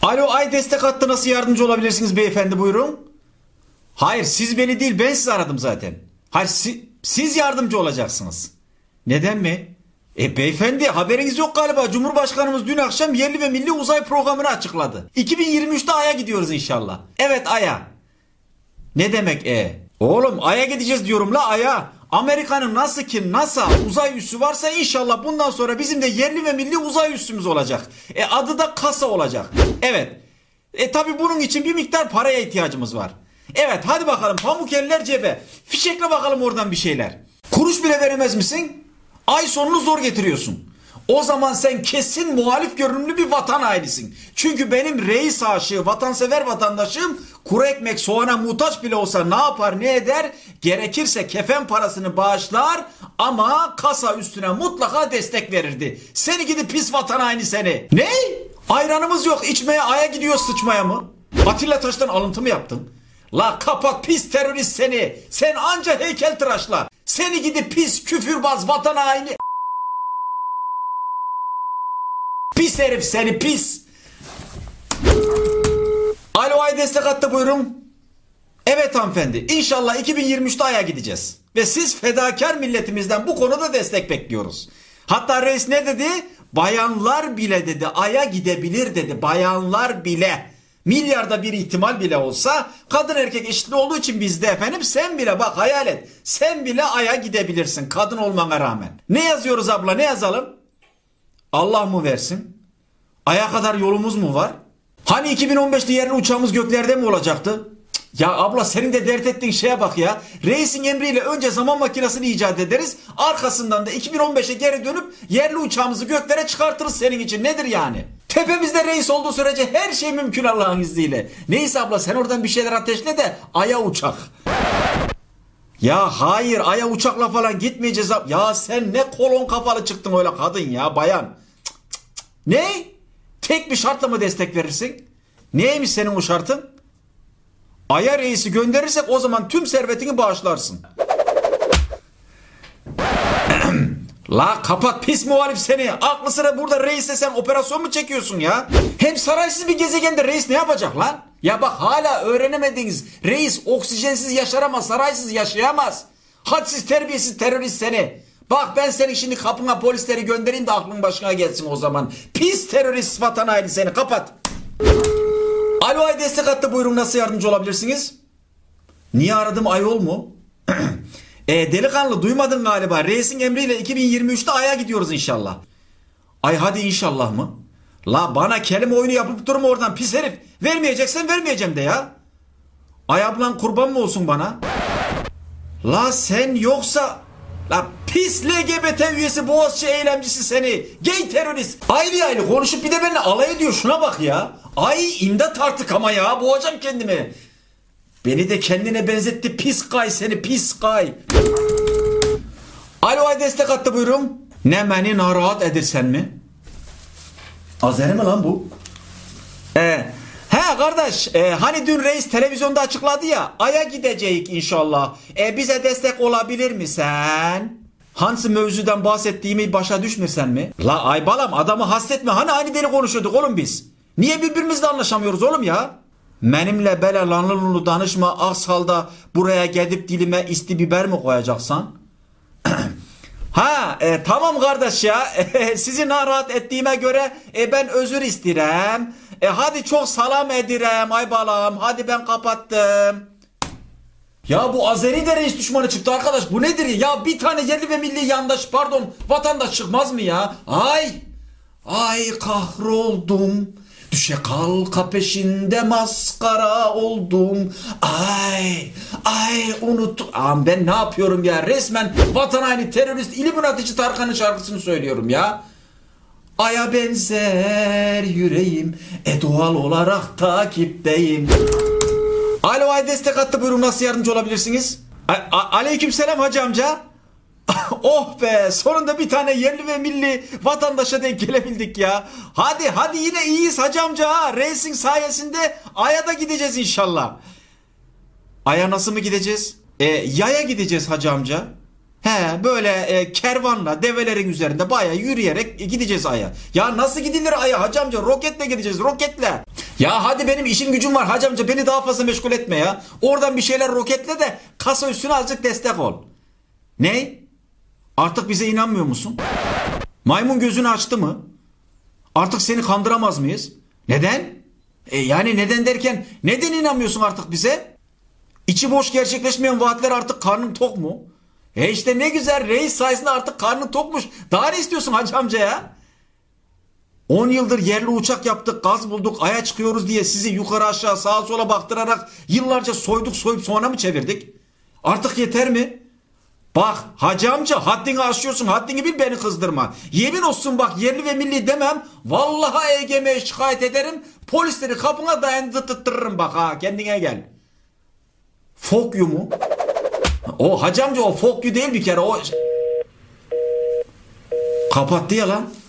Alo, Ay destek hattı, nasıl yardımcı olabilirsiniz beyefendi, buyurun. Hayır, siz beni değil, ben sizi aradım zaten. Hayır, siz yardımcı olacaksınız. Neden mi? Beyefendi, haberiniz yok galiba. Cumhurbaşkanımız dün akşam yerli ve milli uzay programını açıkladı. 2023'te Ay'a gidiyoruz inşallah. Evet, Ay'a. Ne demek Oğlum, Ay'a gideceğiz diyorum la, Ay'a. Amerika'nın nasıl ki NASA uzay üssü varsa inşallah bundan sonra bizim de yerli ve milli uzay üssümüz olacak. Adı da kasa olacak. Evet. Tabi bunun için bir miktar paraya ihtiyacımız var. Evet, hadi bakalım, pamuk eller cebe. Fişekle bakalım oradan bir şeyler. Kuruş bile veremez misin? Ay sonunu zor getiriyorsun. O zaman sen kesin muhalif görünümlü bir vatan hainisin. Çünkü benim reis aşığı, vatansever vatandaşım kuru ekmek soğana muhtaç bile olsa ne yapar ne eder? Gerekirse kefen parasını bağışlar ama kasa üstüne mutlaka destek verirdi. Seni gidi pis vatan haini seni. Ne? Ayranımız yok, içmeye Ay'a gidiyor, sıçmaya mı? Atilla Taş'tan alıntı mı yaptın? La kapat pis terörist seni. Sen anca heykeltıraşla. Seni gidi pis küfürbaz vatan haini. Pis herif seni, pis. Alo, Ay destek hattı, buyurun. Evet hanımefendi, İnşallah 2023'te Ay'a gideceğiz. Ve siz fedakar milletimizden bu konuda destek bekliyoruz. Hatta reis ne dedi? Bayanlar bile dedi Ay'a gidebilir dedi. Bayanlar bile. Milyarda bir ihtimal bile olsa kadın erkek eşitliği olduğu için bizde efendim, sen bile bak, hayal et. Sen bile Ay'a gidebilirsin kadın olmana rağmen. Ne yazıyoruz abla, ne yazalım? Allah mı versin? Ay'a kadar yolumuz mu var? Hani 2015'te yerli uçağımız göklerde mi olacaktı? Ya abla, senin de dert ettiğin şeye bak ya. Reisin emriyle önce zaman makinesini icat ederiz. Arkasından da 2015'e geri dönüp yerli uçağımızı göklere çıkartırız senin için. Nedir yani? Tepemizde reis olduğu sürece her şey mümkün Allah'ın izniyle. Neyse abla, sen oradan bir şeyler ateşle de Ay'a uçak. Ya hayır, Ay'a uçakla falan gitmeyeceğiz. Ya sen ne kolon kafalı çıktın öyle kadın ya, bayan. Cık cık cık. Ne? Tek bir şartla mı destek verirsin? Neymiş senin o şartın? Ay'a reisi gönderirsek o zaman tüm servetini bağışlarsın. La kapat pis muhalif seni. Aklı sıra burada reise sen operasyon mu çekiyorsun ya? Hem saraysız bir gezegende reis ne yapacak lan? Ya bak, hala öğrenemediniz. Reis oksijensiz yaşaramaz, saraysız yaşayamaz. Hadsiz terbiyesiz terörist seni. Bak, ben senin şimdi kapına polisleri göndereyim de aklın başına gelsin o zaman. Pis terörist vatan haini seni, kapat. Alo, Ay destek hattı, buyurun, nasıl yardımcı olabilirsiniz? Niye aradım, ayol mu? Delikanlı, duymadın galiba. Reisin emriyle 2023'te Ay'a gidiyoruz inşallah. Ay hadi inşallah mı? La bana kelime oyunu yapıp durma oradan pis herif. Vermeyeceksen vermeyeceğim de ya. Ay ablan kurban mı olsun bana? La sen yoksa... La pis LGBT üyesi, Boğaziçi eylemcisi seni. Gay terörist. Aylı aylı konuşup bir de benimle alay ediyor. Şuna bak ya. Ay imdat artık ama ya. Boğacağım kendimi. Beni de kendine benzetti pis gay seni, pis gay. Alo, Ay destek hattı, buyurun. Ne beni narahat edirsen mi? Azeri mi lan bu? He kardeş, hani dün reis televizyonda açıkladı ya, Ay'a gideceğiz inşallah. Bize destek olabilir misin? Hangi mevzudan bahsettiğimi başa düşmürsen mi? La ay balam, adamı hasretme, hani aynı deli konuşuyorduk oğlum biz. Niye birbirimizle anlaşamıyoruz oğlum ya? Benimle böyle lanlı danışma, aksalda buraya gelip dilime isti biber mi koyacaksan? Tamam kardeş ya. Sizi narahat ettiğime göre ben özür isterim. Hadi çok salam edirem ay balam. Hadi ben kapattım. Ya bu Azeri de reis düşmanı çıktı arkadaş. Bu nedir ya? Bir tane yerli ve milli yandaş, pardon, vatandaş çıkmaz mı ya? Ay kahroldum. Düşe kalka peşinde maskara oldum. Ay unuttum. Ben ne yapıyorum ya? Resmen vatan haini terörist İlluminatıcı Tarkan'ın şarkısını söylüyorum ya. Aya benzer yüreğim, doğal olarak takipteyim. Alo, Ay destek hattı, buyurun, nasıl yardımcı olabilirsiniz? Aleykümselam hacı amca. Oh be, sonunda bir tane yerli ve milli vatandaşa denk gelebildik ya. Hadi yine iyiyiz hacı amca ha. Racing sayesinde Ay'a da gideceğiz inşallah. Ay'a nasıl mı gideceğiz? Yaya gideceğiz hacı amca. He böyle kervanla develerin üzerinde bayağı yürüyerek gideceğiz Ay'a. Ya nasıl gidilir Ay'a hacı amca? Roketle gideceğiz, roketle. Ya hadi benim işim gücüm var hacı amca, beni daha fazla meşgul etme ya. Oradan bir şeyler roketle de kasa üstüne azıcık destek ol. Ne? Artık bize inanmıyor musun? Maymun gözünü açtı mı? Artık seni kandıramaz mıyız? Neden? Yani neden derken neden inanmıyorsun artık bize? İçi boş gerçekleşmeyen vaatler, artık karnın tok mu? İşte ne güzel, reis sayesinde artık karnın tokmuş. Daha ne istiyorsun hacı amca ya? 10 yıldır yerli uçak yaptık, gaz bulduk, Ay'a çıkıyoruz diye sizi yukarı aşağı sağa sola baktırarak yıllarca soyduk, soyup sonra mı çevirdik? Artık yeter mi? Bak hacı amca, haddini aşıyorsun, haddini bil, beni kızdırma. Yemin olsun bak, yerli ve milli demem, vallahi EGM'ye şikayet ederim, polisleri kapına dayandırtırırım bak ha, kendine gel. Fokyu mu? O hacı amca, o Fokyu değil bir kere, o... Kapattı ya lan.